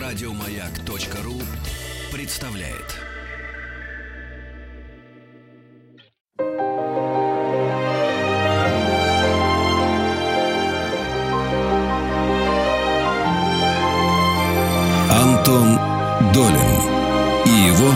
Радиомаяк.ру представляет. Антон Долин и его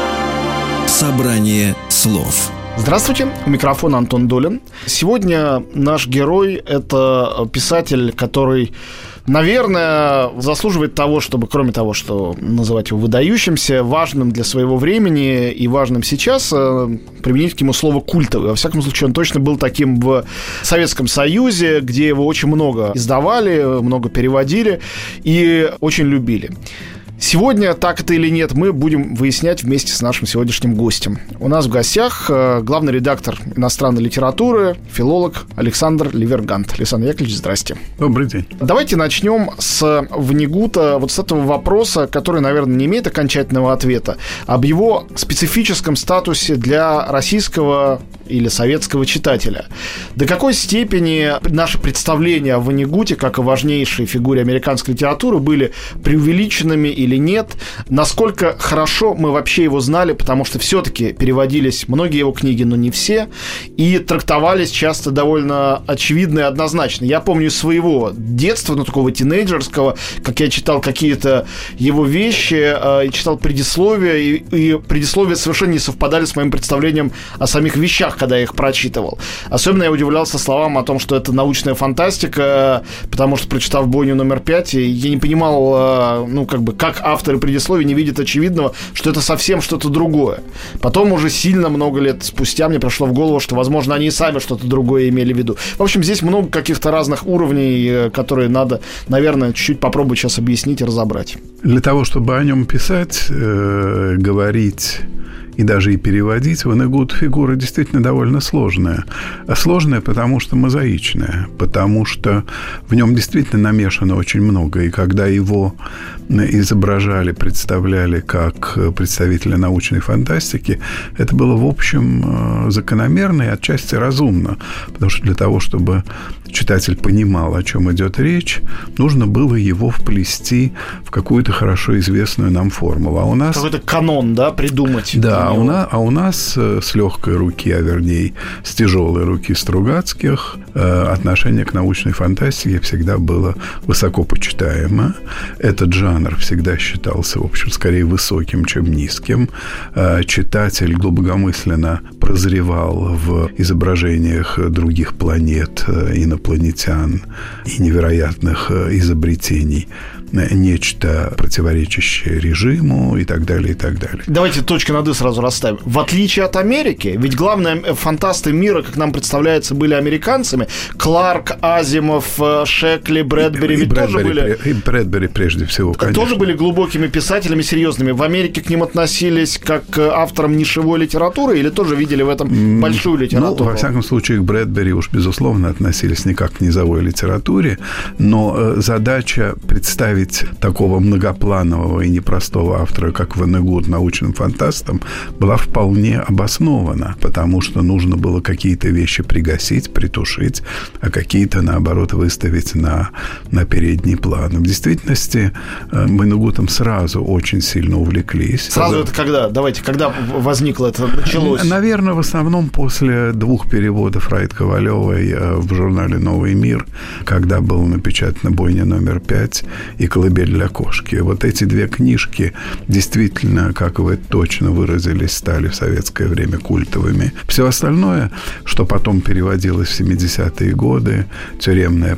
собрание слов. Здравствуйте, у микрофона Антон Долин. Сегодня наш герой – это писатель, который, наверное, заслуживает того, чтобы, кроме того, что называть его выдающимся, важным для своего времени и важным сейчас, применить к нему слово «культовый». Во всяком случае, он точно был таким в Советском Союзе, где его очень много издавали, много переводили и очень любили. Сегодня, так это или нет, мы будем выяснять вместе с нашим сегодняшним гостем. У нас в гостях главный редактор иностранной литературы, филолог Александр Ливергант. Александр Яковлевич, здрасте. Добрый день. Давайте начнем с Воннегута, вот с этого вопроса, который, наверное, не имеет окончательного ответа, об его специфическом статусе для российского или советского читателя. До какой степени наши представления о Воннегуте, как о важнейшей фигуре американской литературы, были преувеличенными или нет? Насколько хорошо мы вообще его знали, потому что все-таки переводились многие его книги, но не все, и трактовались часто довольно очевидно и однозначно. Я помню из своего детства, такого тинейджерского, как я читал какие-то его вещи, и читал предисловия, и предисловия совершенно не совпадали с моим представлением о самих вещах, когда я их прочитывал. Особенно я удивлялся словам о том, что это научная фантастика, потому что, прочитав «Бойню номер 5», я не понимал, как авторы предисловий не видят очевидного, что это совсем что-то другое. Потом уже сильно много лет спустя мне пришло в голову, что, возможно, они и сами что-то другое имели в виду. В общем, здесь много каких-то разных уровней, которые надо, наверное, чуть-чуть попробовать сейчас объяснить и разобрать. Для того, чтобы о нем писать, говорить и даже и переводить, Воннегут фигура действительно довольно сложная. А сложная, потому что мозаичная, потому что в нем действительно намешано очень много. И когда его изображали, представляли как представителя научной фантастики, это было, в общем, закономерно и отчасти разумно. Потому что для того, чтобы читатель понимал, о чем идет речь, нужно было его вплести в какую-то хорошо известную нам формулу. А у нас... Какой-то канон, придумать. Да, а у нас с легкой руки, а вернее с тяжелой руки Стругацких, отношение к научной фантастике всегда было высоко почитаемо. Этот жанр всегда считался, в общем, скорее высоким, чем низким. Читатель глубокомысленно прозревал в изображениях других планет, инопланетян и невероятных изобретений нечто противоречащее режиму и так далее, и так далее. Давайте точки над «и» сразу расставим. В отличие от Америки, ведь главные фантасты мира, как нам представляется, были американцами. Кларк, Азимов, Шекли, Брэдбери тоже были... И Брэдбери прежде всего, конечно. Тоже были глубокими писателями, серьезными. В Америке к ним относились как к авторам нишевой литературы или тоже видели в этом большую литературу? Во всяком случае, к Брэдбери уж, безусловно, относились не как к низовой литературе, но задача представить такого многопланового и непростого автора, как Воннегут, научным фантастом, была вполне обоснована, потому что нужно было какие-то вещи пригасить, притушить, а какие-то, наоборот, выставить на передний план. В действительности Воннегутом сразу очень сильно увлеклись. Сразу это когда? Давайте, когда возникло это, началось? Наверное, в основном после 2 переводов Райт-Ковалевой в журнале «Новый мир», когда было напечатано «Бойня номер 5» и «Колыбель для кошки». Вот эти 2 книжки действительно, как вы точно выразились, стали в советское время культовыми. Все остальное, что потом переводилось в 70-е годы, «Тюремная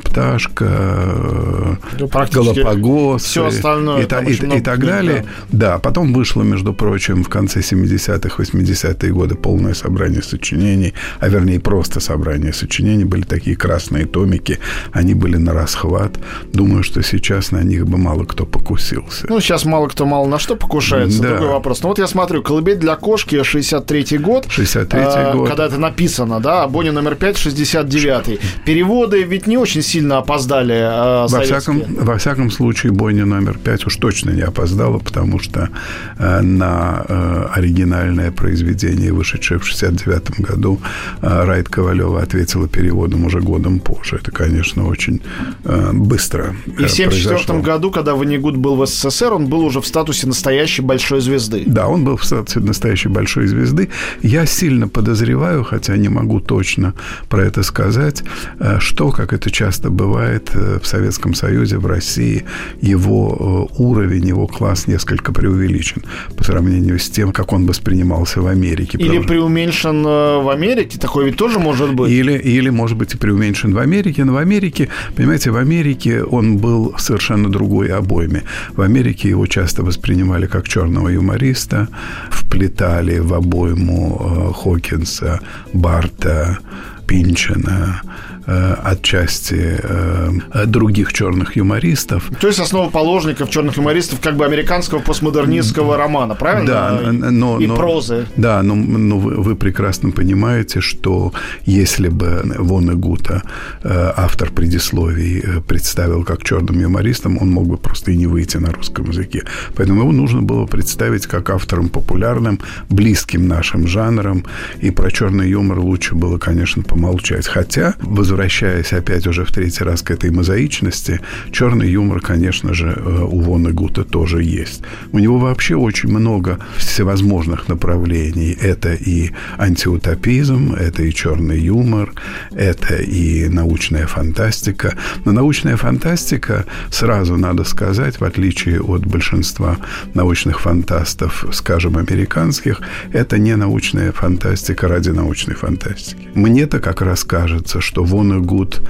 пташка», «Галапагосы», все остальное, и так далее. Да, потом вышло, между прочим, в конце 70-х, 80-е годы полное собрание сочинений, а вернее просто собрание сочинений. Были такие красные томики, они были на расхват. Думаю, что сейчас на них бы мало кто покусился. Сейчас мало кто мало на что покушается, да. Другой вопрос. Вот я смотрю, «Колыбель для кошки», 63-й год. 63-й год. Когда это написано, а «Бойня номер 5», 69-й. Переводы ведь не очень сильно опоздали советские. Во всяком случае, «Бойня номер 5» уж точно не опоздала, потому что на оригинальное произведение, вышедшее в в 1969 году Райт Ковалева ответила переводом уже годом позже. Это, конечно, очень быстро И в 1974 году, когда Воннегут был в СССР, он был уже в статусе настоящей большой звезды. Да, он был в статусе настоящей большой звезды. Я сильно подозреваю, хотя не могу точно про это сказать, что, как это часто бывает в Советском Союзе, в России, его уровень, его класс несколько преувеличен по сравнению с тем, как он воспринимался в Америке. Или преуменьшен в Америке, такое ведь тоже может быть. Или, может быть, и преуменьшен в Америке. Но в Америке, понимаете, в Америке он был совершенно другой обойме. В Америке его часто воспринимали как черного юмориста, вплетали в обойму Хокинса, Барта, Пинчина, отчасти других черных юмористов. То есть основоположников черных юмористов как бы американского постмодернистского романа, правильно? Да, и прозы. Да, но вы прекрасно понимаете, что если бы Воннегута автор предисловий представил как черным юмористом, он мог бы просто и не выйти на русском языке. Поэтому его нужно было представить как автором популярным, близким нашим жанрам, и про черный юмор лучше было, конечно, помолчать. Хотя, возвращаясь опять уже в третий раз к этой мозаичности, черный юмор, конечно же, у Воннегута тоже есть. У него вообще очень много всевозможных направлений. Это и антиутопизм, это и черный юмор, это и научная фантастика. Но научная фантастика, сразу надо сказать, в отличие от большинства научных фантастов, скажем, американских, это не научная фантастика ради научной фантастики. Мне-то как раз кажется, что Воннегут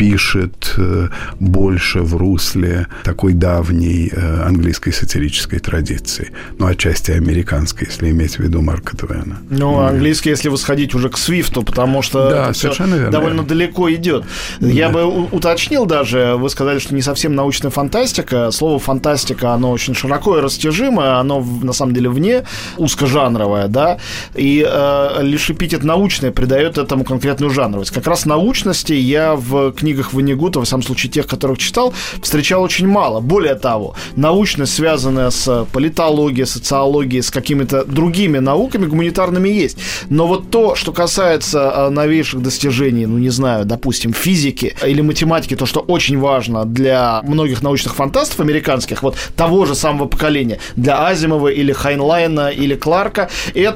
пишет больше в русле такой давней английской сатирической традиции. Ну, отчасти американской, если иметь в виду Марка Твена. Ну, английский, если восходить уже к Свифту, потому что да, это все довольно далеко идет. Я бы уточнил даже, вы сказали, что не совсем научная фантастика. Слово фантастика, оно очень широко и растяжимо, оно на самом деле вне узкожанровое, да, и лишь эпитет научное придает этому конкретную жанровость. Как раз научности я в книгах Воннегута, во всяком случае тех, которых читал, встречал очень мало. Более того, научность, связанная с политологией, социологией, с какими-то другими науками гуманитарными есть. Но вот то, что касается новейших достижений, ну, не знаю, допустим, физики или математики, то, что очень важно для многих научных фантастов американских, вот того же самого поколения, для Азимова или Хайнлайна или Кларка,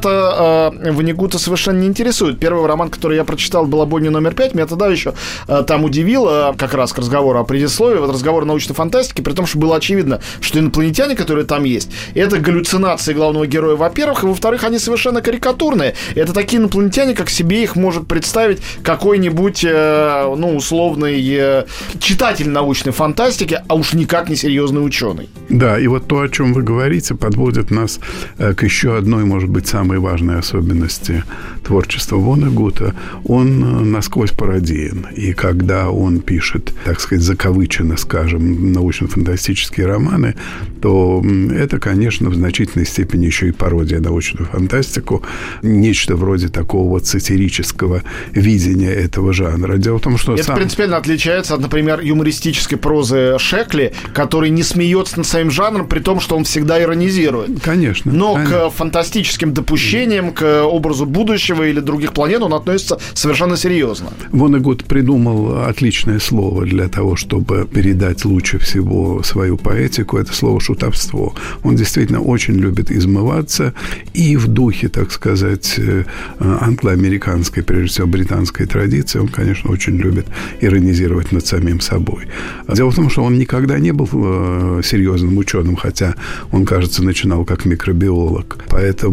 это Воннегута совершенно не интересует. Первый роман, который я прочитал, был «Обойня номер 5», меня тогда еще там удивило, как раз к разговору о предисловии, вот разговор о научной фантастике, при том, что было очевидно, что инопланетяне, которые там есть, это галлюцинации главного героя, во-первых, и во-вторых, они совершенно карикатурные. Это такие инопланетяне, как себе их может представить какой-нибудь, ну, условный читатель научной фантастики, а уж никак не серьезный ученый. Да, и вот то, о чем вы говорите, подводит нас к еще одной, может быть, самой важной особенности творчества Воннегута. Он насквозь пародиен. И когда он пишет, так сказать, закавыченно, скажем, научно-фантастические романы, то это, конечно, в значительной степени еще и пародия на научную фантастику, нечто вроде такого вот сатирического видения этого жанра. Дело в том, что это принципиально отличается от, например, юмористической прозы Шекли, который не смеется над своим жанром, при том, что он всегда иронизирует. Конечно. Но к фантастическим допущениям, к образу будущего или других планет он относится совершенно серьезно. Воннегут придумал отличное слово для того, чтобы передать лучше всего свою поэтику. Это слово «шутовство». Он действительно очень любит измываться и в духе, так сказать, англо-американской, прежде всего, британской традиции, он, конечно, очень любит иронизировать над самим собой. Дело в том, что он никогда не был серьезным ученым, хотя он, кажется, начинал как микробиолог.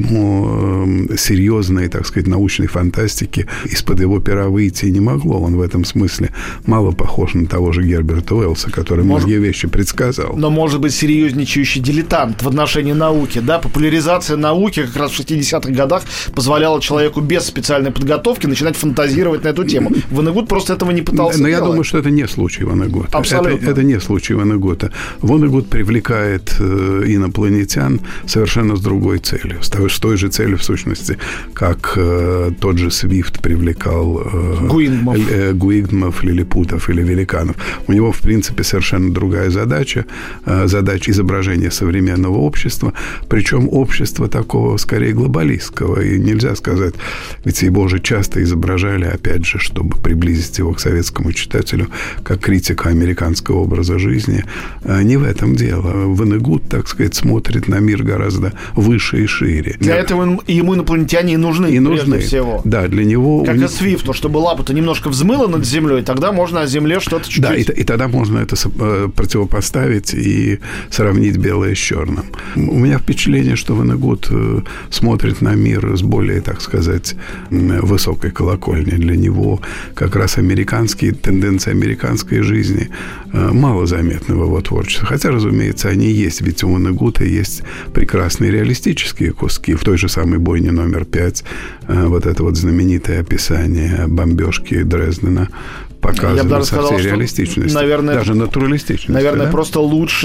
Поэтому серьезной, так сказать, научной фантастики из-под его пера выйти не могло. Он в этом смысле мало похож на того же Герберта Уэллса, который многие вещи предсказал. Но, может быть, серьезничающий дилетант в отношении науки, да? Популяризация науки как раз в 60-х годах позволяла человеку без специальной подготовки начинать фантазировать на эту тему. Воннегут просто этого не пытался делать. Но я думаю, что это не случай Воннегута. Абсолютно. Это не случай Воннегута. Воннегут привлекает привлекает инопланетян совершенно с другой целью, с той же целью, в сущности, как тот же Свифт привлекал гуигдмов, лилипутов или великанов. У него, в принципе, совершенно другая задача изображения современного общества, причем общества такого, скорее, глобалистского. И нельзя сказать, ведь его уже часто изображали, опять же, чтобы приблизить его к советскому читателю, как критика американского образа жизни. Не в этом дело. Воннегут, так сказать, смотрит на мир гораздо выше и шире. Для этого ему инопланетяне и нужны, прежде всего. Да, для него... Как и Свифту, чтобы лапу-то немножко взмыло над землей, тогда можно о земле что-то чуть-чуть... Да, и тогда можно это противопоставить и сравнить белое с черным. У меня впечатление, что Воннегут смотрит на мир с более, так сказать, высокой колокольни. Для него как раз тенденции американской жизни мало заметны в его творчестве. Хотя, разумеется, они есть. Ведь у Воннегута есть прекрасные реалистические куски. В той же самой «Бойне номер 5» вот это вот знаменитое описание бомбежки Дрездена показано со всей реалистичностью, наверное, даже натуралистичностью. Наверное, да? Просто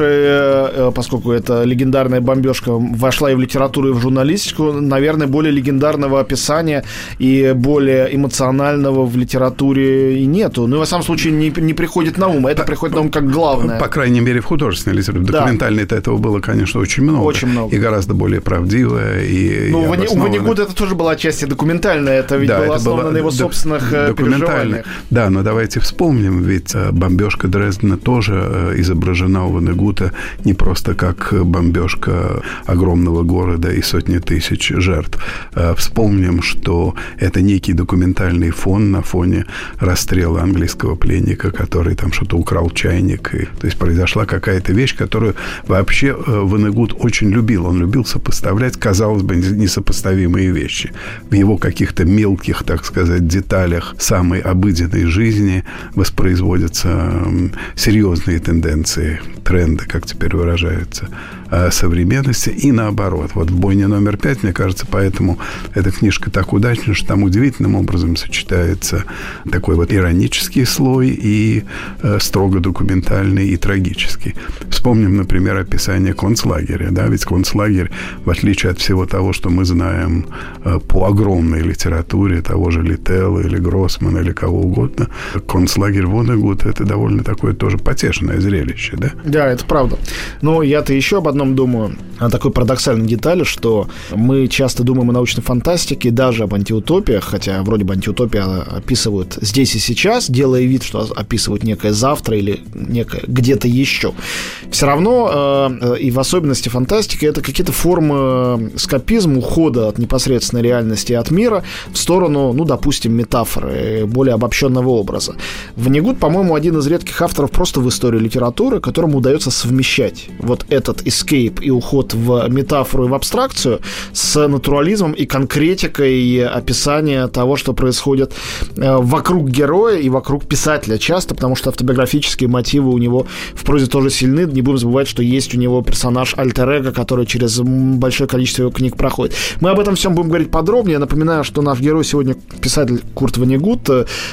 лучше, поскольку эта легендарная бомбежка вошла и в литературу, и в журналистику, наверное, более легендарного описания и более эмоционального в литературе и нету. Ну, во всяком случае, не приходит на ум. Это приходит на ум как главное. По крайней мере, в художественной литературе. Да. Документальной-то этого было, конечно, очень много. Очень много. И гораздо более правдивое. У Воннегута это тоже была отчасти документальная. Это ведь было основано на его собственных переживаниях. Да, но давайте вспомним, ведь бомбежка Дрездена тоже изображена у Воннегута не просто как бомбежка огромного города и сотни тысяч жертв. Вспомним, что это некий документальный фон на фоне расстрела английского пленника, который там что-то украл чайник. То есть произошла какая-то вещь, которую вообще Воннегут очень любил. Он любил сопоставлять, казалось бы, несопоставимые вещи. В его каких-то мелких, так сказать, деталях самой обыденной жизни воспроизводятся серьезные тенденции, тренды, как теперь выражаются, современности, и наоборот. Вот в «Бойне номер 5», мне кажется, поэтому эта книжка так удачна, что там удивительным образом сочетается такой вот иронический слой и строго документальный и трагический. Вспомним, например, описание концлагеря. Да? Ведь концлагерь, в отличие от всего того, что мы знаем по огромной литературе, того же Литтелла или Гроссмана или кого угодно, концлагерь Воннегута — это довольно такое тоже потешное зрелище, да? Да, это правда. Но я-то еще об одном думаю, о такой парадоксальной детали, что мы часто думаем о научной фантастике, даже об антиутопиях, хотя вроде бы антиутопии описывают здесь и сейчас, делая вид, что описывают некое завтра или некое где-то еще. Все равно, и в особенности фантастики, это какие-то формы скапизма, ухода от непосредственной реальности и от мира в сторону, ну, допустим, метафоры, более обобщенного образа. Воннегут, по-моему, один из редких авторов просто в истории литературы, которому удается совмещать вот этот эскейп и уход в метафору и в абстракцию с натурализмом и конкретикой описания того, что происходит вокруг героя и вокруг писателя часто, потому что автобиографические мотивы у него в прозе тоже сильны. Не будем забывать, что есть у него персонаж альтер-эго, который через большое количество его книг проходит. Мы об этом всем будем говорить подробнее. Напоминаю, что наш герой сегодня писатель Курт Воннегут.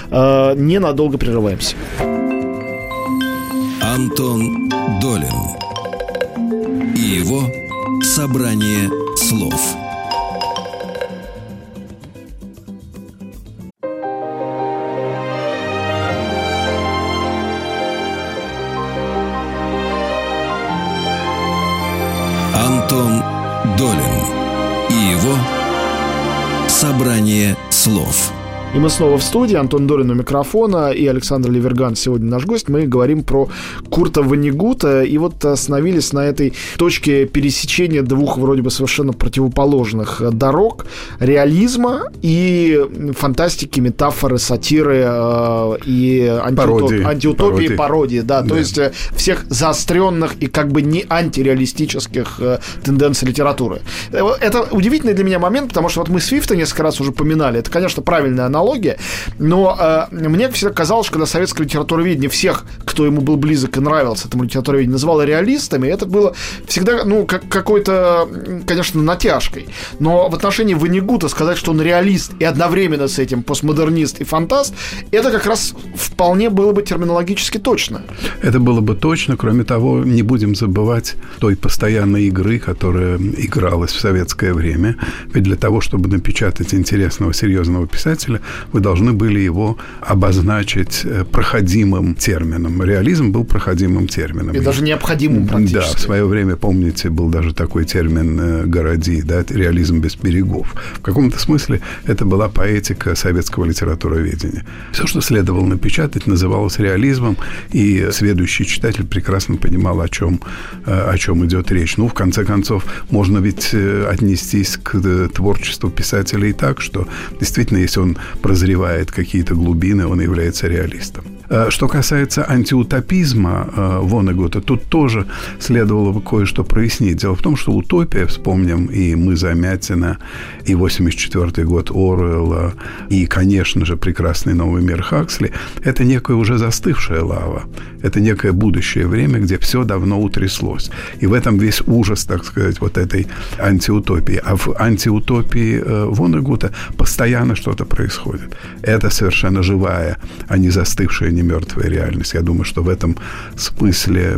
Ненадолго прерываемся. Антон Долин и его собрание слов. Антон Долин и его собрание слов. И мы снова в студии. Антон Долин у микрофона и Александр Леверган сегодня наш гость. Мы говорим про Курта Воннегута. И вот остановились на этой точке пересечения двух вроде бы совершенно противоположных дорог. Реализма и фантастики, метафоры, сатиры и антиутопии, пародии. Да, то есть всех заостренных и как бы не антиреалистических тенденций литературы. Это удивительный для меня момент, потому что вот мы Свифта несколько раз уже поминали. Это, конечно, правильная аналогия. терминология, но мне всегда казалось, что когда советское литературоведение всех, кто ему был близок и нравился этому литературоведению, называло реалистами, это было всегда, какой-то, конечно, натяжкой. Но в отношении Воннегута сказать, что он реалист и одновременно с этим постмодернист и фантаст, это как раз вполне было бы терминологически точно. Это было бы точно. Кроме того, не будем забывать той постоянной игры, которая игралась в советское время. Ведь для того, чтобы напечатать интересного, серьезного писателя, вы должны были его обозначить проходимым термином. Реализм был проходимым термином. И даже необходимым практически. Да, в свое время, помните, был даже такой термин «городи», да, реализм без берегов. В каком-то смысле это была поэтика советского литературоведения. Все, что следовало напечатать, называлось реализмом, и следующий читатель прекрасно понимал, о чем идет речь. В конце концов, можно ведь отнестись к творчеству писателя и так, что действительно, если он прозревает какие-то глубины, он является реалистом. Что касается антиутопизма Воннегута, тут тоже следовало бы кое-что прояснить. Дело в том, что утопия, вспомним и «Мы Замятина», и 1984 год Оруэлла, и, конечно же, «Прекрасный новый мир» Хаксли, это некая уже застывшая лава. Это некое будущее время, где все давно утряслось. И в этом весь ужас, так сказать, вот этой антиутопии. А в антиутопии Воннегута постоянно что-то происходит. Это совершенно живая, а не застывшая, не мертвая реальность. Я думаю, что в этом смысле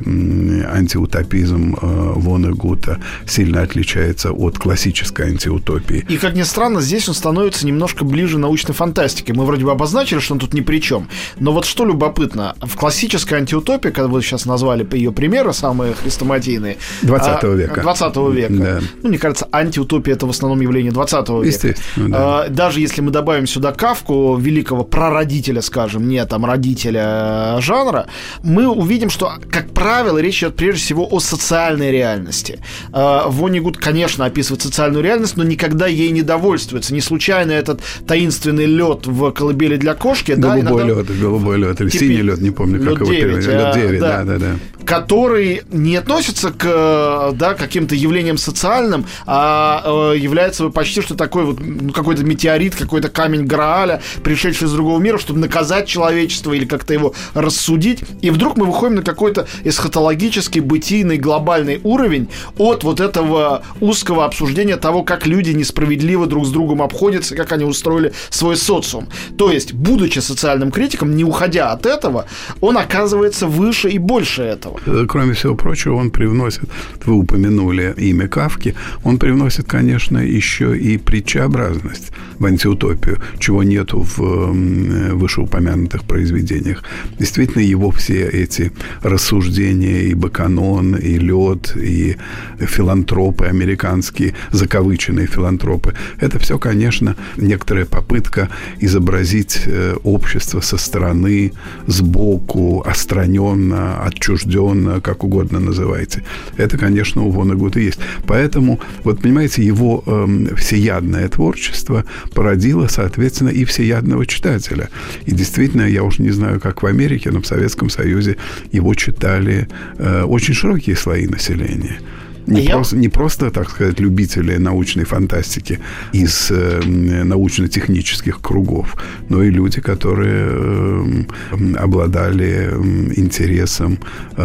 антиутопизм Воннегута сильно отличается от классической антиутопии. И, как ни странно, здесь он становится немножко ближе научной фантастике. Мы вроде бы обозначили, что он тут ни при чем. Но вот что любопытно, в классической антиутопии, когда вы сейчас назвали ее примеры, самые хрестоматийные... 20 века. 20 века. Да. Мне кажется, антиутопия — это в основном явление 20 века. Естественно, да. Даже если мы добавим сюда Кафку, великого прародителя, скажем, не там родителя жанра, мы увидим, что, как правило, речь идет прежде всего о социальной реальности. Воннегут, конечно, описывает социальную реальность, но никогда ей не довольствуется. Не случайно этот таинственный лед в колыбели для кошки... Голубой лед, или синий лед, не помню, как его перевели. Лед 9, да. Который не относится к каким-то явлениям социальным, а является почти что такой вот какой-то метеорит, какой-то камень Грааля, пришедший из другого мира, чтобы наказать человечество или как-то его рассудить. И вдруг мы выходим на какой-то эсхатологический, бытийный, глобальный уровень от вот этого узкого обсуждения того, как люди несправедливо друг с другом обходятся, как они устроили свой социум. То есть, будучи социальным критиком, не уходя от этого, он оказывается выше и больше этого. Кроме всего прочего, он привносит, вы упомянули имя Кафки, он привносит, конечно, еще и притчеобразность в антиутопию, чего нету в вышеупомянутых произведениях. Действительно, его все эти рассуждения, и Баканон, и Лед, и филантропы американские, закавыченные филантропы, это все, конечно, некоторая попытка изобразить общество со стороны, сбоку, отстраненно, отчужденно, как угодно называйте. Это, конечно, у Воннегута есть. Поэтому, вот понимаете, его всеядное творчество породило, соответственно, и всеядного читателя. И действительно, я уж не знаю, как в Америке, но в Советском Союзе его читали очень широкие слои населения. Не просто, так сказать, любители научной фантастики из научно-технических кругов, но и люди, которые обладали интересом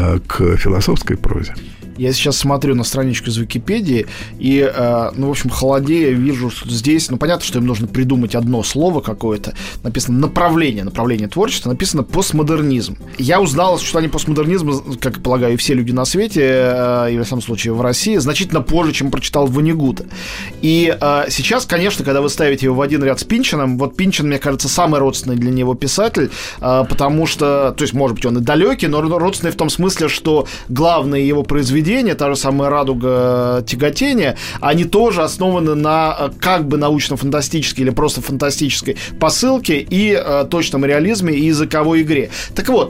к философской прозе. Я сейчас смотрю на страничку из Википедии и, в общем, холодея, вижу, что здесь, понятно, что им нужно придумать одно слово какое-то. Написано направление творчества, написано постмодернизм. Я узнал, что они постмодернизм, как полагаю, и все люди на свете, и в самом случае в России, значительно позже, чем прочитал Воннегута. И сейчас, конечно, когда вы ставите его в один ряд с Пинчином, вот Пинчин, мне кажется, самый родственный для него писатель, потому что, то есть, может быть, он и далекий, но родственный в том смысле, что главные его произведения, та же самая «Радуга тяготения», они тоже основаны на как бы научно-фантастической или просто фантастической посылке и точном реализме и языковой игре. Так вот,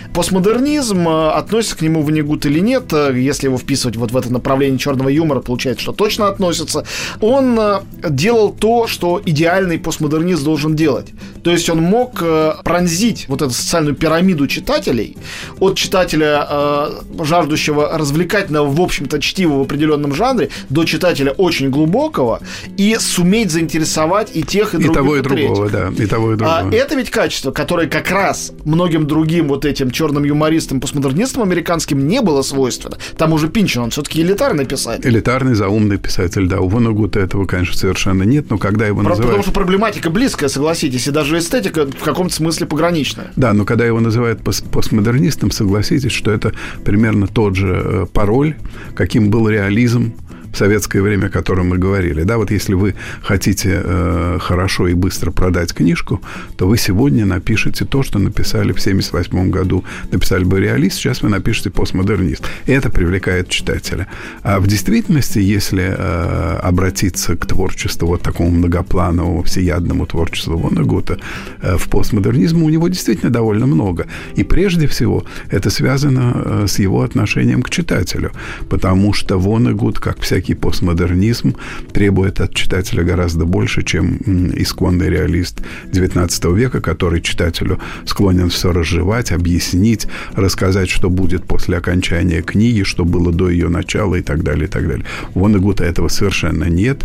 Постмодернизм, относится к нему Воннегут или нет, если его вписывать вот в это направление черного юмора, получается, что точно относится. Он делал то, что идеальный постмодернист должен делать. То есть он мог пронзить вот эту социальную пирамиду читателей от читателя, жаждущего развлекательного, в общем-то, чтива в определенном жанре, до читателя очень глубокого, и суметь заинтересовать и тех, и других, и того, и третьих. другого, да, и того, и другого. Это ведь качество, которое как раз многим другим вот этим черным юмористам, постмодернистам американским не было свойственно. Там уже Пинчер, он все-таки элитарный писатель. Элитарный, заумный писатель, да. У Воннегута этого, конечно, совершенно нет, но когда его называют... Потому что проблематика близкая, согласитесь, и даже эстетика в каком-то смысле пограничная. Да, но когда его называют постмодернистом, согласитесь, что это примерно тот же пароль, каким был реализм в советское время, о котором мы говорили. Да, вот если вы хотите хорошо и быстро продать книжку, то вы сегодня напишете то, что написали в 1978 году. Написали бы реалист, сейчас вы напишете постмодернист. И это привлекает читателя. А в действительности, если обратиться к творчеству, вот такому многоплановому, всеядному творчеству Воннегута, в постмодернизме у него действительно довольно много. И прежде всего это связано с его отношением к читателю. Потому что Воннегут, как всякий постмодернизм, требует от читателя гораздо больше, чем исконный реалист XIX века, который читателю склонен все разжевать, объяснить, рассказать, что будет после окончания книги, что было до ее начала и так далее, и так далее. У Воннегута этого совершенно нет.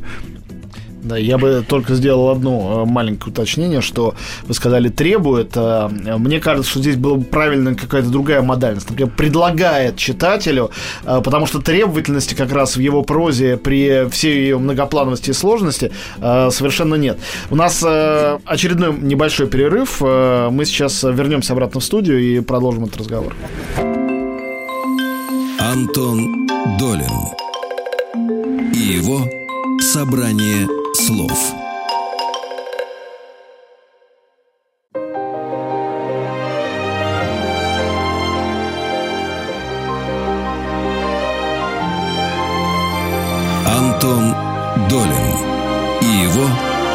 Да, я бы только сделал одно маленькое уточнение, что вы сказали «требует». Мне кажется, что здесь была бы правильная какая-то другая модальность. Например, предлагает читателю, потому что требовательности как раз в его прозе при всей ее многоплановости и сложности совершенно нет. У нас очередной небольшой перерыв. Мы сейчас вернемся обратно в студию и продолжим этот разговор. Антон Долин и его собрание слов. Антон Долин и его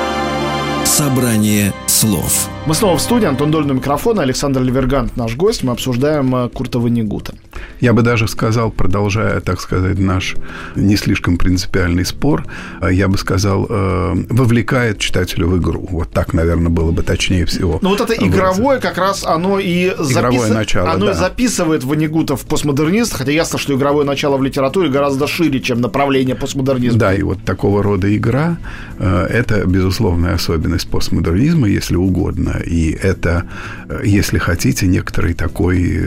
собрание слов. Мы снова в студии. Антон Долин у микрофона, Александр Левергант наш гость. Мы обсуждаем Курта Воннегута. Я бы даже сказал, продолжая, так сказать, наш не слишком принципиальный спор, я бы сказал, вовлекает читателя в игру. Вот так, наверное, было бы точнее всего. Но вот это игровое как раз оно и записывает Воннегута в постмодернист, хотя ясно, что игровое начало в литературе гораздо шире, чем направление постмодернизма. Да, и вот такого рода игра – это безусловная особенность постмодернизма, если угодно. И это, если хотите, некоторый такой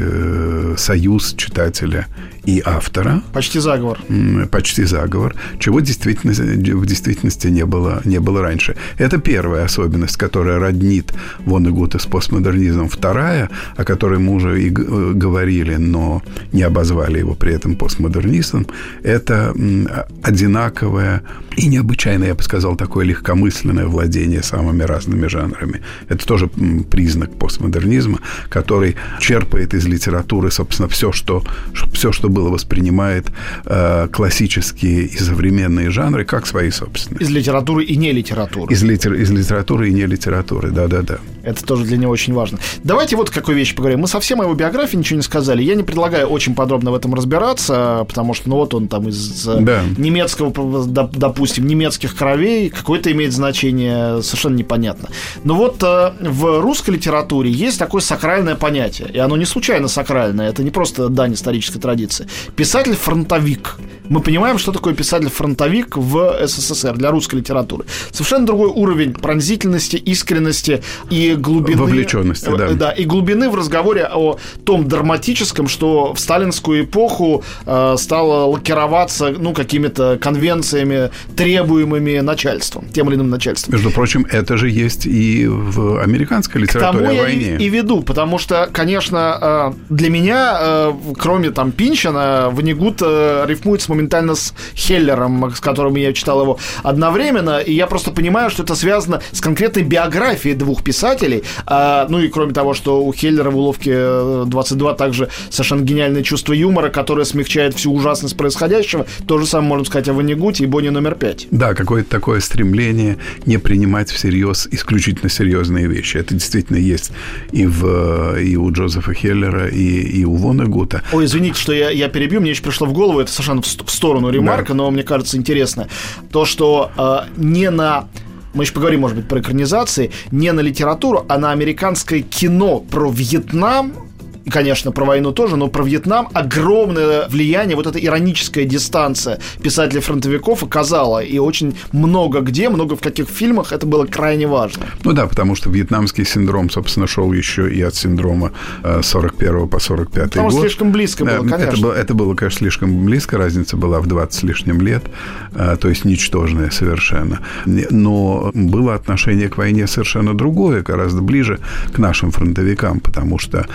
союз читателя и автора. Почти заговор. Почти заговор, чего в действительности не было раньше. Это первая особенность, которая роднит Воннегута с постмодернизмом. Вторая, о которой мы уже и говорили, но не обозвали его при этом постмодернистом, это одинаковое и необычайное, я бы сказал, такое легкомысленное владение самыми разными жанрами. Это тоже признак постмодернизма, который черпает из литературы, собственно, все, что было, воспринимает классические и современные жанры как свои собственные. Из литературы и не литературы. Из литературы и не литературы, да-да-да. Это тоже для него очень важно. Давайте вот какой вещи поговорим. Мы совсем о его биографии ничего не сказали. Я не предлагаю очень подробно в этом разбираться, потому что, вот он там из немецкого, допустим, немецких кровей, какое-то имеет значение, совершенно непонятно. Но вот в русской литературе есть такое сакральное понятие, и оно не случайно сакральное, это не просто дань исторической традиции. Писатель-фронтовик. Мы понимаем, что такое писатель-фронтовик в СССР для русской литературы. Совершенно другой уровень пронзительности, искренности и глубины. Вовлеченности, да. Да, и глубины в разговоре о том драматическом, что в сталинскую эпоху стало лакироваться, какими-то конвенциями, требуемыми начальством, тем или иным начальством. Между прочим, это же есть и в американской литературе о войне. К тому я и веду, потому что, конечно, для меня меня, кроме там Пинчина, Воннегут рифмуется моментально с Хеллером, с которым я читал его одновременно, и я просто понимаю, что это связано с конкретной биографией двух писателей. Ну и кроме того, что у Хеллера в «Уловке 22» также совершенно гениальное чувство юмора, которое смягчает всю ужасность происходящего. То же самое можно сказать о Воннегуте и Бонни номер 5. Да, какое-то такое стремление не принимать всерьез исключительно серьезные вещи. Это действительно есть и у Джозефа Хеллера, и у Воннегута. Ой, извините, что я перебью, мне еще пришло в голову, это совершенно в сторону ремарка, да. Но мне кажется интересно. То, что мы еще поговорим, может быть, про экранизации, не на литературу, а на американское кино про Вьетнам, и, конечно, про войну тоже, но про Вьетнам огромное влияние, вот эта ироническая дистанция писателей-фронтовиков оказала, и очень много в каких фильмах это было крайне важно. Ну да, потому что вьетнамский синдром, собственно, шел еще и от синдрома 41 по 45 год. Потому что слишком близко было, конечно. Это было, конечно, слишком близко, разница была в 20 с лишним лет, то есть ничтожная совершенно. Но было отношение к войне совершенно другое, гораздо ближе к нашим фронтовикам, потому что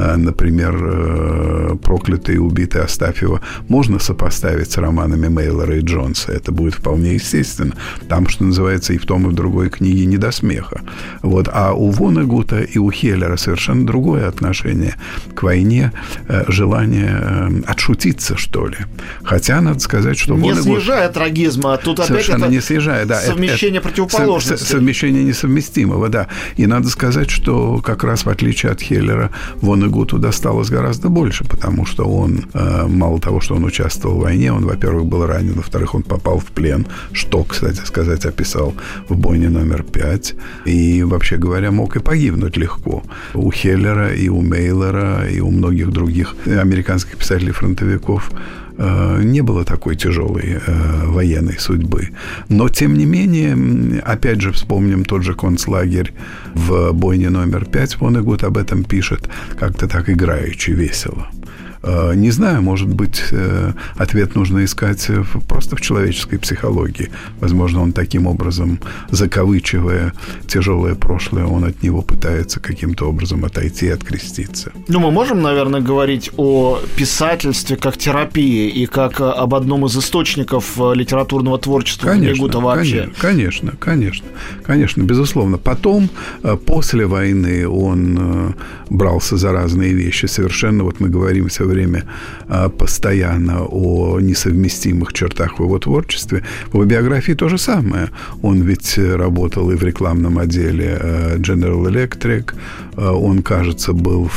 например, «Проклятый и убитый» Астафьева можно сопоставить с романами Мейлора и Джонса. Это будет вполне естественно. Там, что называется, и в том, и в другой книге не до смеха. Вот. А у Воннегута и у Хеллера совершенно другое отношение к войне, желание отшутиться, что ли. Хотя, надо сказать, что не Воннегут... снижая трагизма, а тут опять совершенно это не снижая, да. совмещение противоположностей. Совмещение несовместимого, да. И надо сказать, что как раз в отличие от Хеллера, Воннегуту досталось гораздо больше, потому что он, мало того, что он участвовал в войне, он, во-первых, был ранен, во-вторых, он попал в плен, что, кстати сказать, описал в «Бонни номер 5», и, вообще говоря, мог и погибнуть легко. У Хеллера и у Мейлора и у многих других американских писателей-фронтовиков не было такой тяжелой военной судьбы. Но, тем не менее, опять же, вспомним тот же концлагерь в «Бойне номер 5». Воннегут об этом пишет как-то так играючи, весело. Не знаю, может быть, ответ нужно искать просто в человеческой психологии. Возможно, он таким образом, закавычивая тяжелое прошлое, он от него пытается каким-то образом отойти и откреститься. Ну, мы можем, наверное, говорить о писательстве как терапии и как об одном из источников литературного творчества Воннегута вообще. Конечно, безусловно. Потом, после войны, он брался за разные вещи. Совершенно, вот мы говорим все время постоянно о несовместимых чертах в его творчестве. В его биографии то же самое. Он ведь работал и в рекламном отделе General Electric. Он, кажется,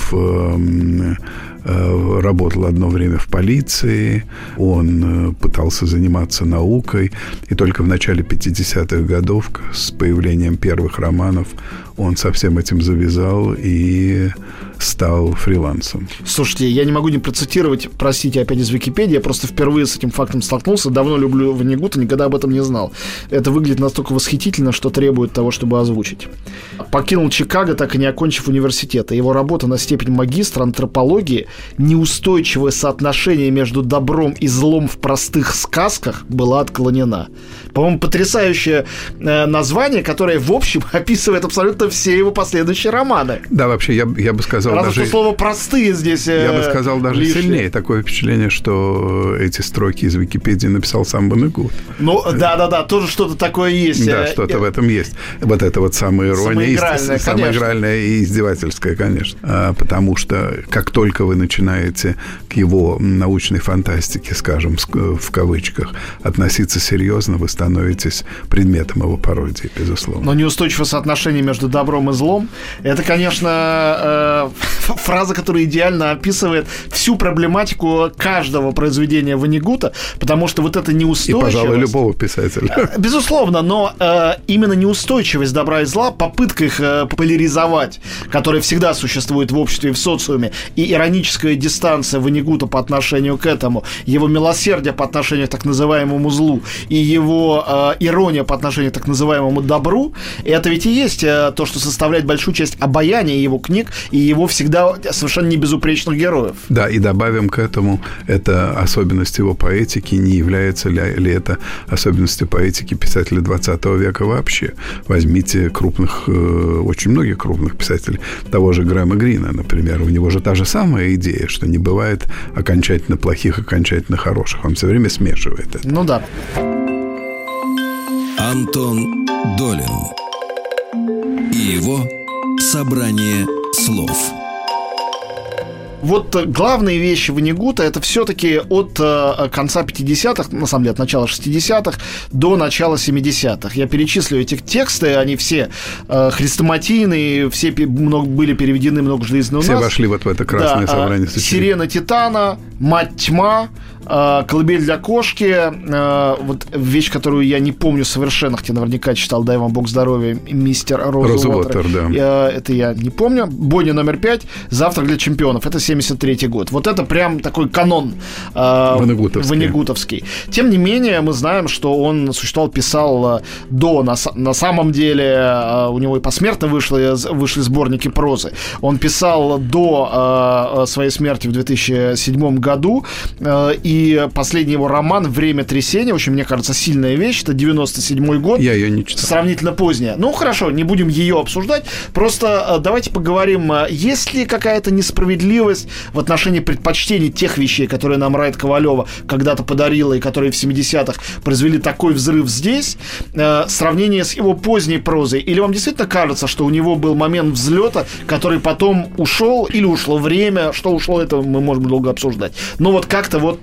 работал одно время в полиции, он пытался заниматься наукой, и только в начале 50-х годов с появлением первых романов он со всем этим завязал и стал фрилансом. Слушайте, я не могу не процитировать, простите, опять из Википедии, я просто впервые с этим фактом столкнулся, давно люблю Воннегута, никогда об этом не знал. Это выглядит настолько восхитительно, что требует того, чтобы озвучить. Покинул Чикаго, так и не окончив университета. Его работа на степень магистра антропологии «Неустойчивое соотношение между добром и злом в простых сказках» была отклонена. По-моему, потрясающее название, которое, в общем, описывает абсолютно все его последующие романы. Да, вообще, я бы сказал, разве даже... что слово «простые» здесь я бы сказал даже лишнее. Сильнее. Такое впечатление, что эти строки из Википедии написал сам Воннегут. Ну, да, тоже что-то такое есть. Да, что-то в этом есть. Вот это вот самоирония, самоигральная и издевательская, конечно. Потому что как только вы начинаете к его научной фантастике, скажем, в кавычках, относиться серьезно, вы становитесь предметом его пародии, безусловно. Но неустойчивое соотношение между добром и злом, это, конечно, фраза, которая идеально описывает всю проблематику каждого произведения Воннегута, потому что вот эта неустойчивость... И, пожалуй, любого писателя. Безусловно, но именно неустойчивость добра и зла, попытка их поляризовать, которая всегда существует в обществе и в социуме, и ироническая дистанция Воннегута по отношению к этому, его милосердие по отношению к так называемому злу и его ирония по отношению к так называемому добру, это ведь и есть то, что составляет большую часть обаяния его книг и его всегда совершенно не безупречных героев. Да, и добавим к этому, это особенность его поэтики, не является ли это особенностью поэтики писателя 20 века вообще. Возьмите очень многих крупных писателей, того же Грэма Грина, например. У него же та же самая идея, что не бывает окончательно плохих, окончательно хороших. Он все время смешивает это. Ну да. Антон Долин и его собрание слов. Вот главные вещи Воннегута — это все-таки от конца 50-х, на самом деле от начала 60-х до начала 70-х. Я перечислю эти тексты, они все хрестоматийные, все были переведены многожды из нас. Все вошли вот в это красное собрание. «Сирена Титана», «Мать тьма», «Колыбель для кошки», вот вещь, которую я не помню совершенно, хотя наверняка читал, дай вам бог здоровья, мистер Роузвотер. Да. Это я не помню. «Бойня номер 5», «Завтрак для чемпионов». Это 73-й год. Вот это прям такой канон воннегутовский. Тем не менее, мы знаем, что он существовал, писал до, на самом деле, у него и посмертно вышли сборники прозы. Он писал до своей смерти в 2007 году, и последний его роман «Время трясения», очень, мне кажется, сильная вещь, это 97-й год. Я ее не читал. Сравнительно поздняя. Ну, хорошо, не будем ее обсуждать, просто давайте поговорим, есть ли какая-то несправедливость в отношении предпочтений тех вещей, которые нам Райт Ковалева когда-то подарила и которые в 70-х произвели такой взрыв здесь, сравнение с его поздней прозой? Или вам действительно кажется, что у него был момент взлета, который потом ушел, или ушло время, что ушло, это мы можем долго обсуждать. Но вот как-то вот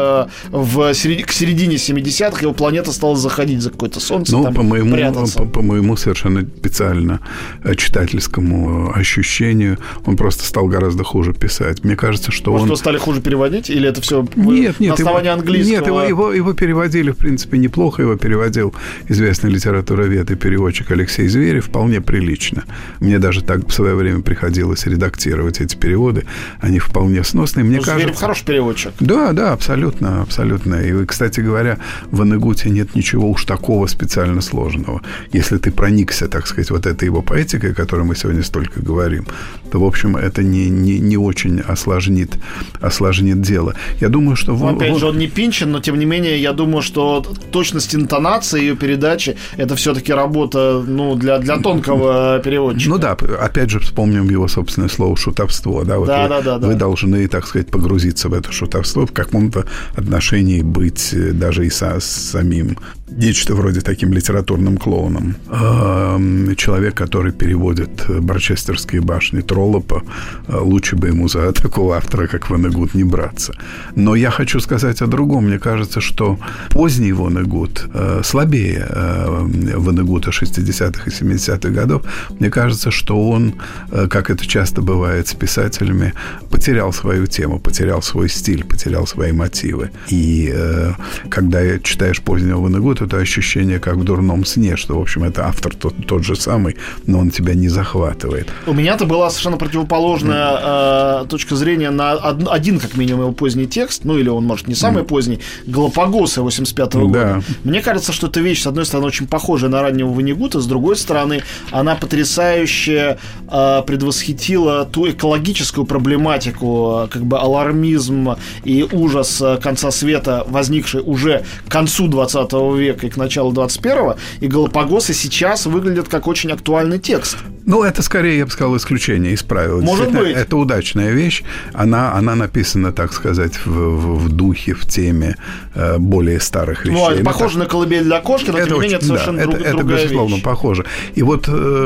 к середине 70-х его планета стала заходить за какое-то солнце, там, прятаться. По моему совершенно специально читательскому ощущению, он просто стал гораздо хуже писать. Мне кажется, что Может, его стали хуже переводить? Или это все на основании английского? Нет, его переводили, в принципе, неплохо. Его переводил известный литературовед и переводчик Алексей Зверев вполне прилично. Мне даже так в свое время приходилось редактировать эти переводы. Они вполне сносные. Мне кажется... Зверев хороший переводчик. Да, абсолютно. И, кстати говоря, в Воннегуте нет ничего уж такого специально сложного. Если ты проникся, так сказать, вот этой его поэтикой, о которой мы сегодня столько говорим, то, в общем, это не очень осложнит дело. Я думаю, что... Опять же, он не Пинчин, но, тем не менее, я думаю, что точность интонации ее передачи — это все-таки работа, для тонкого переводчика. Ну да, опять же, вспомним его собственное слово «шутовство». Да, вы должны, так сказать, погрузиться в это шутовство, в каком-то отношении быть даже и самим нечто вроде таким литературным клоуном. Человек, который переводит «Барчестерские башни» Троллопа, лучше бы ему за такого автора, как Воннегут, не браться. Но я хочу сказать о другом. Мне кажется, что поздний Воннегут слабее Воннегута 60-х и 70-х годов. Мне кажется, что он, как это часто бывает с писателями, потерял свою тему, потерял свой стиль, потерял свои мотивы. И когда читаешь позднего Воннегута, это ощущение, как в дурном сне, что, в общем, это автор тот же самый, но он тебя не захватывает. У меня-то была совершенно противоположная точка зрения на один, как минимум, его поздний текст, или он, может, не самый поздний, «Галапагосы» 85-го года. Да. Мне кажется, что эта вещь, с одной стороны, очень похожая на раннего Воннегута, с другой стороны, она потрясающе предвосхитила ту экологическую проблематику, как бы алармизм и ужас конца света, возникший уже к концу 20 века и к началу 21-го, и «Галапагосы» сейчас выглядят как очень актуальный текст. Это скорее, я бы сказал, исключение из правил. Может быть. Это удачная вещь. Она написана, так сказать, в духе, в теме более старых вещей. Это похоже на «Колыбель для кошки», но, тем не менее, это совершенно другая вещь. Это, безусловно, похоже. И вот,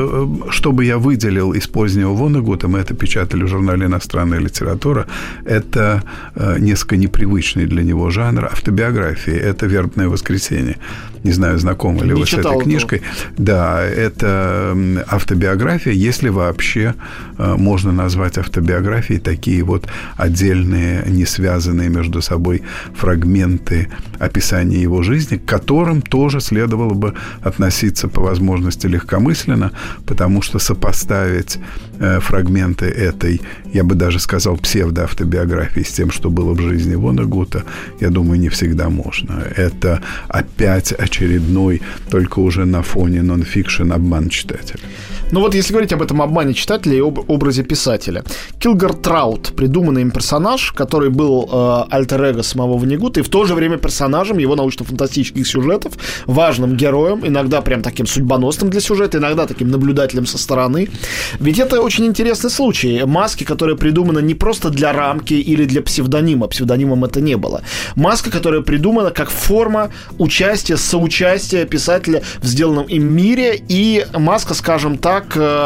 что бы я выделил из позднего Воннегута, мы это печатали в журнале «Иностранная литература», это несколько непривычный для него жанр автобиографии. Это «Вербное воскресенье». Не знаю, знакомы ли вы с этой книжкой. Этого. Да, это автобиография, если вообще можно назвать автобиографией такие вот отдельные, не связанные между собой фрагменты описания его жизни, к которым тоже следовало бы относиться по возможности легкомысленно, потому что сопоставить фрагменты этой, я бы даже сказал, псевдоавтобиографии с тем, что было в жизни Воннегута, я думаю, не всегда можно. Это опять очередной, только уже на фоне нон-фикшн, обман читателя. Ну вот если говорить об этом обмане читателя и об образе писателя. Килгор Траут, придуманный им персонаж, который был альтер-эго самого Воннегута и в то же время персонажем его научно-фантастических сюжетов, важным героем, иногда прям таким судьбоносным для сюжета, иногда таким наблюдателем со стороны. Ведь это очень интересный случай. Маски, которая придумана не просто для рамки или для псевдонима. Псевдонимом это не было. Маска, которая придумана как форма участия, соучастия писателя в сделанном им мире, и маска, скажем так,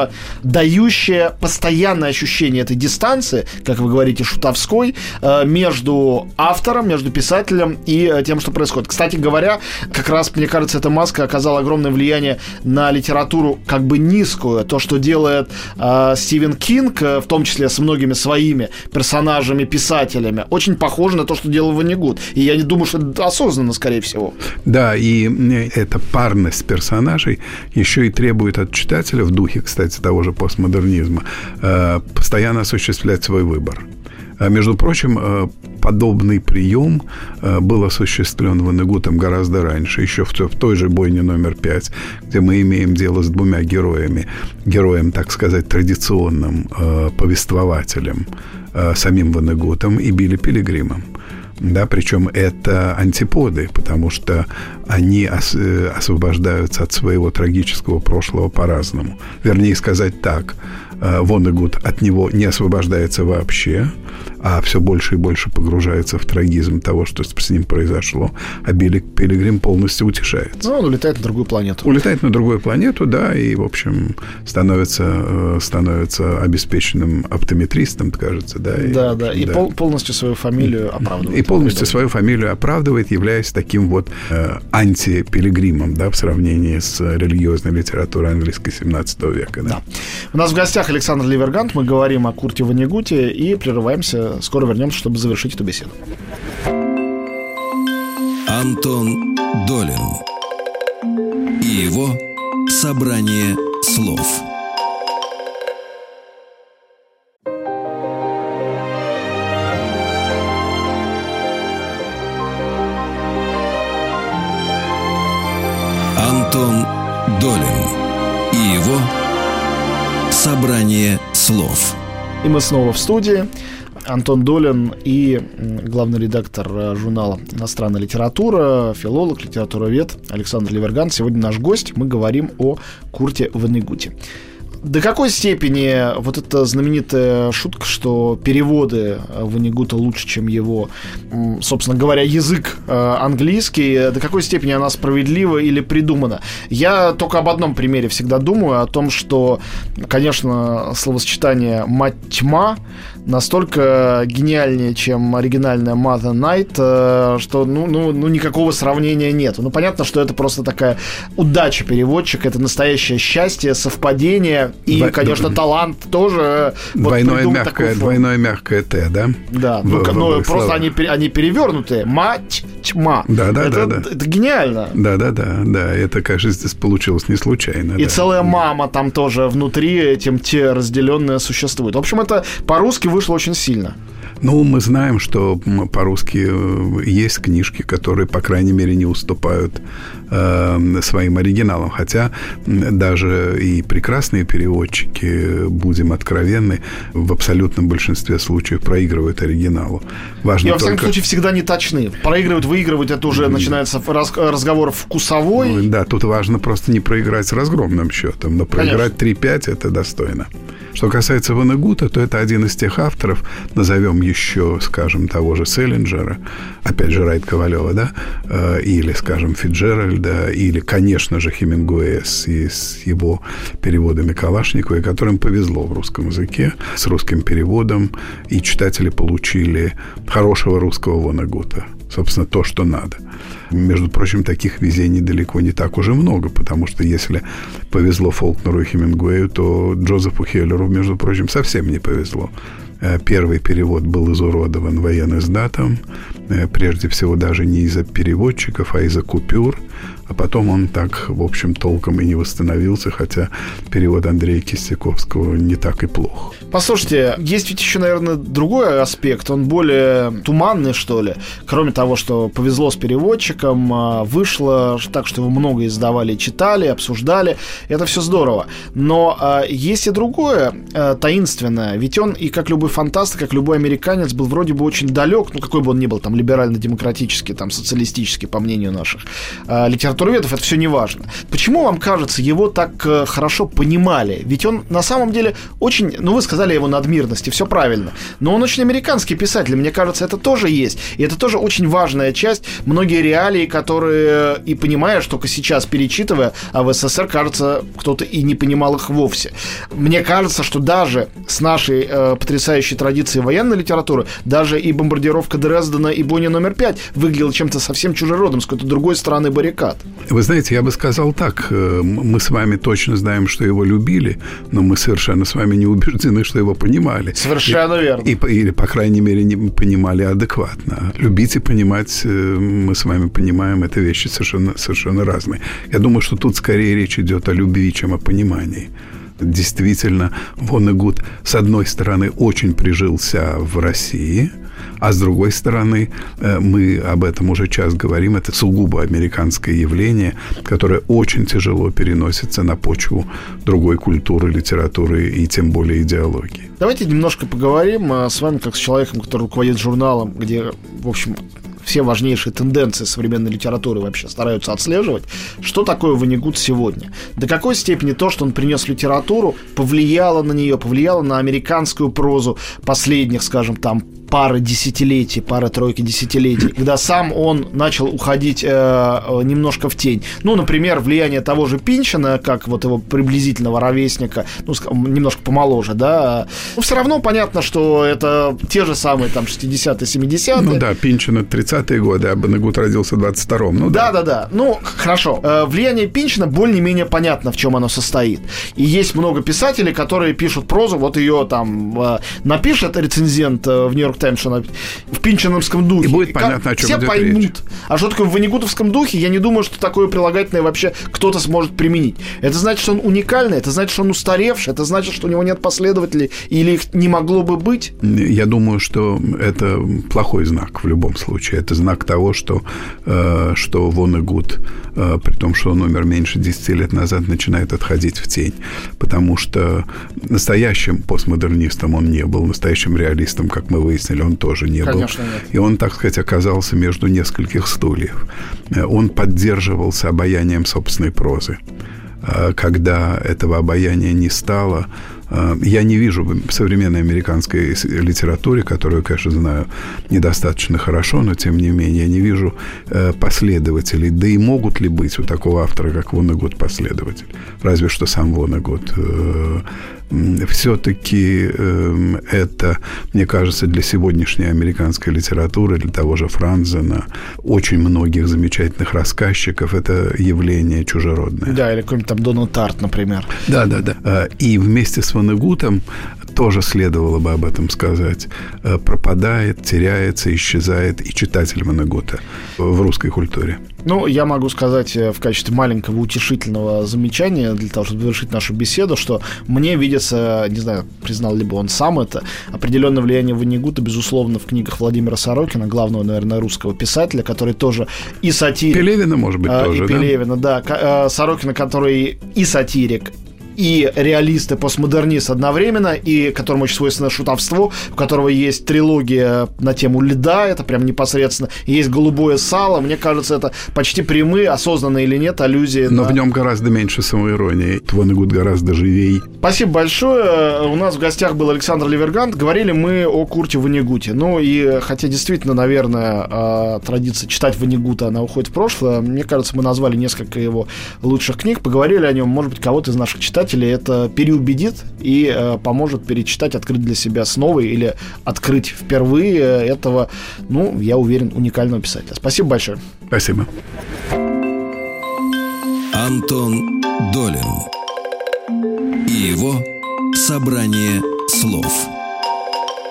дающая постоянное ощущение этой дистанции, как вы говорите, шутовской, между автором, между писателем и тем, что происходит. Кстати говоря, как раз, мне кажется, эта маска оказала огромное влияние на литературу как бы низкую. То, что делает Стивен Кинг, в том числе с многими своими персонажами, писателями, очень похоже на то, что делал Воннегут. И я не думаю, что это осознанно, скорее всего. Да, и эта парность персонажей еще и требует от читателя, в духе, кстати, того же постмодернизма, постоянно осуществлять свой выбор. Между прочим, подобный прием был осуществлен Воннегутом гораздо раньше, еще в той же «Бойне номер 5», где мы имеем дело с двумя героями. Героем, так сказать, традиционным повествователем, самим Воннегутом, и Билли Пилигримом. Да, причем это антиподы, потому что они освобождаются от своего трагического прошлого по-разному. Вернее сказать так, Воннегут от него не освобождается вообще, а все больше и больше погружается в трагизм того, что с ним произошло, а Билли Пилигрим полностью утешается. Ну, он улетает на другую планету. Улетает на другую планету, да, и, в общем, становится обеспеченным оптометристом, кажется, да. Да, и полностью свою фамилию оправдывает. И полностью свою фамилию оправдывает, являясь таким вот антипилигримом, да, в сравнении с религиозной литературой английской XVII века. Да. У нас в гостях Александр Ливергант, мы говорим о Курте Воннегуте и прерываемся. Скоро вернемся, чтобы завершить эту беседу. Антон Долин и его собрание слов. Антон Долин и его собрание слов. И мы снова в студии. Антон Долин и главный редактор журнала «Иностранная литература», филолог, литературовед Александр Ливергант. Сегодня наш гость. Мы говорим о Курте Воннегуте. До какой степени вот эта знаменитая шутка, что переводы Воннегута лучше, чем его, собственно говоря, язык английский, до какой степени она справедлива или придумана? Я только об одном примере всегда думаю, о том, что, конечно, словосочетание «мать-тьма» настолько гениальнее, чем оригинальная Mother Night, что никакого сравнения нет. Ну, понятно, что это просто такая удача переводчика, это настоящее счастье, совпадение и, конечно, талант тоже. Двойное мягкое «т», да? Да, просто они перевернутые. Мать-тьма. Да. Это гениально. Да, это, конечно, здесь получилось не случайно. И целая мама там тоже внутри этим «те» разделенное существует. В общем, это по-русски вышло очень сильно. Ну, мы знаем, что по-русски есть книжки, которые, по крайней мере, не уступают своим оригиналам. Хотя даже и прекрасные переводчики, будем откровенны, в абсолютном большинстве случаев проигрывают оригиналу. Важно во всяком случае, всегда не точны. Проигрывают, выигрывают, это уже начинается разговор вкусовой. Ну, да, тут важно просто не проиграть с разгромным счетом, но проиграть 3-5 – это достойно. Что касается Воннегута, то это один из тех авторов, назовем еще, скажем, того же Селлинджера, опять же, Райт Ковалева, да, или, скажем, Фицджеральда, или, конечно же, Хемингуэя с его переводами Калашникова, которым повезло в русском языке, с русским переводом, и читатели получили хорошего русского Воннегута. Собственно, то, что надо. Между прочим, таких везений далеко не так уже много, потому что если повезло Фолкнеру и Хемингуэю, то Джозефу Хеллеру, между прочим, совсем не повезло. Первый перевод был изуродован военноиздатом, прежде всего даже не из-за переводчиков, а из-за купюр. А потом он так, в общем, толком и не восстановился, хотя перевод Андрея Кистяковского не так и плох. Послушайте, есть ведь еще, наверное, другой аспект, он более туманный, что ли. Кроме того, что повезло с переводчиком, вышло так, что его много издавали, читали, обсуждали. Это все здорово. Но есть и другое таинственное. Ведь он, и как любой фантаст, как любой американец, был вроде бы очень далек, ну, какой бы он ни был, там, либерально-демократический, там, социалистический, по мнению наших литературоведов, это все не важно. Почему вам кажется, его так хорошо понимали? Ведь он, на самом деле, очень, ну, вы сказали его надмирности, все правильно, но он очень американский писатель, мне кажется, это тоже есть, и это тоже очень важная часть, многие реалии, которые, и понимаешь, только сейчас перечитывая, а в СССР, кажется, кто-то и не понимал их вовсе. Мне кажется, что даже с нашей потрясающей традицией военной литературы, даже и бомбардировка Дрездена, и Бонни номер 5 выглядела чем-то совсем чужеродным, с какой-то другой стороны баррикад. Вы знаете, я бы сказал так, мы с вами точно знаем, что его любили, но мы совершенно с вами не убеждены, что его понимали. Совершенно верно. Или, по крайней мере, не понимали адекватно. Любить и понимать, мы с вами понимаем, это вещи совершенно разные. Я думаю, что тут скорее речь идет о любви, чем о понимании. Действительно, Воннегут, с одной стороны, очень прижился в России, а с другой стороны, мы об этом уже час говорим, это сугубо американское явление, которое очень тяжело переносится на почву другой культуры, литературы и тем более идеологии. Давайте немножко поговорим с вами, как с человеком, который руководит журналом, где, в общем, все важнейшие тенденции современной литературы вообще стараются отслеживать. Что такое Воннегут сегодня? До какой степени то, что он принес в литературу, повлияло на нее, повлияло на американскую прозу последних, скажем, там, пары-тройки десятилетий, когда сам он начал уходить немножко в тень. Ну, например, влияние того же Пинчина, как вот его приблизительного ровесника, ну, немножко помоложе, да. Но все равно понятно, что это те же самые там 60-е, 70-е. Ну да, Пинчина 30-е годы, а Воннегут родился в 22-м. Ну, да. Ну, хорошо. Влияние Пинчина более-менее понятно, в чем оно состоит. И есть много писателей, которые пишут прозу, вот ее там напишет рецензент в Нью-Йорк Таймс, что она в пинчиновском духе. И будет понятно, о чем все идет поймут. речь. А что такое в воннегутовском духе, я не думаю, что такое прилагательное вообще кто-то сможет применить. Это значит, что он уникальный, это значит, что он устаревший, это значит, что у него нет последователей или их не могло бы быть. Я думаю, что это плохой знак в любом случае. Это знак того, что Воннегут, при том, что он умер меньше 10 лет назад, начинает отходить в тень. Потому что настоящим постмодернистом он не был, настоящим реалистом, как мы выяснили, он тоже не Конечно, был. нет. И он, так сказать, оказался между нескольких стульев. Он поддерживался обаянием собственной прозы. Когда этого обаяния не стало, я не вижу в современной американской литературе, которую, конечно, знаю недостаточно хорошо, но тем не менее, я не вижу последователей. Да и могут ли быть у такого автора, как Воннегут, последователь? Разве что сам Воннегут. Все-таки это, мне кажется, для сегодняшней американской литературы, для того же Франзена, очень многих замечательных рассказчиков, это явление чужеродное. Да, или какой-нибудь там Дональд Тарт, например. Да. И вместе с Воннегутом тоже следовало бы об этом сказать. Пропадает, теряется, исчезает и читатель Воннегута в русской культуре. Ну, я могу сказать в качестве маленького утешительного замечания, для того, чтобы завершить нашу беседу, что мне видится, не знаю, признал ли бы он сам это, определенное влияние Воннегута, безусловно, в книгах Владимира Сорокина, главного, наверное, русского писателя, который тоже и сатирик. Пелевина, может быть, тоже, и Пелевина, да. Сорокина, который и сатирик, и реалист, и постмодернист одновременно, и которому очень свойственно шутовство, у которого есть трилогия на тему льда, это прям непосредственно, и есть «Голубое сало», мне кажется, это почти прямые, осознанные или нет, аллюзии. Но в нем гораздо меньше самоиронии. Воннегут гораздо живей. Спасибо большое. У нас в гостях был Александр Ливергант. Говорили мы о Курте Воннегуте. Ну и хотя действительно, наверное, традиция читать Воннегута, она уходит в прошлое, мне кажется, мы назвали несколько его лучших книг, поговорили о нем, может быть, кого-то из наших читателей это переубедит и поможет перечитать, открыть для себя снова или открыть впервые этого, ну, я уверен, уникального писателя. Спасибо большое. Спасибо. Антон Долин и его собрание слов.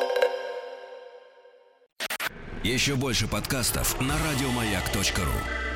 Еще больше подкастов на радиомаяк.ру.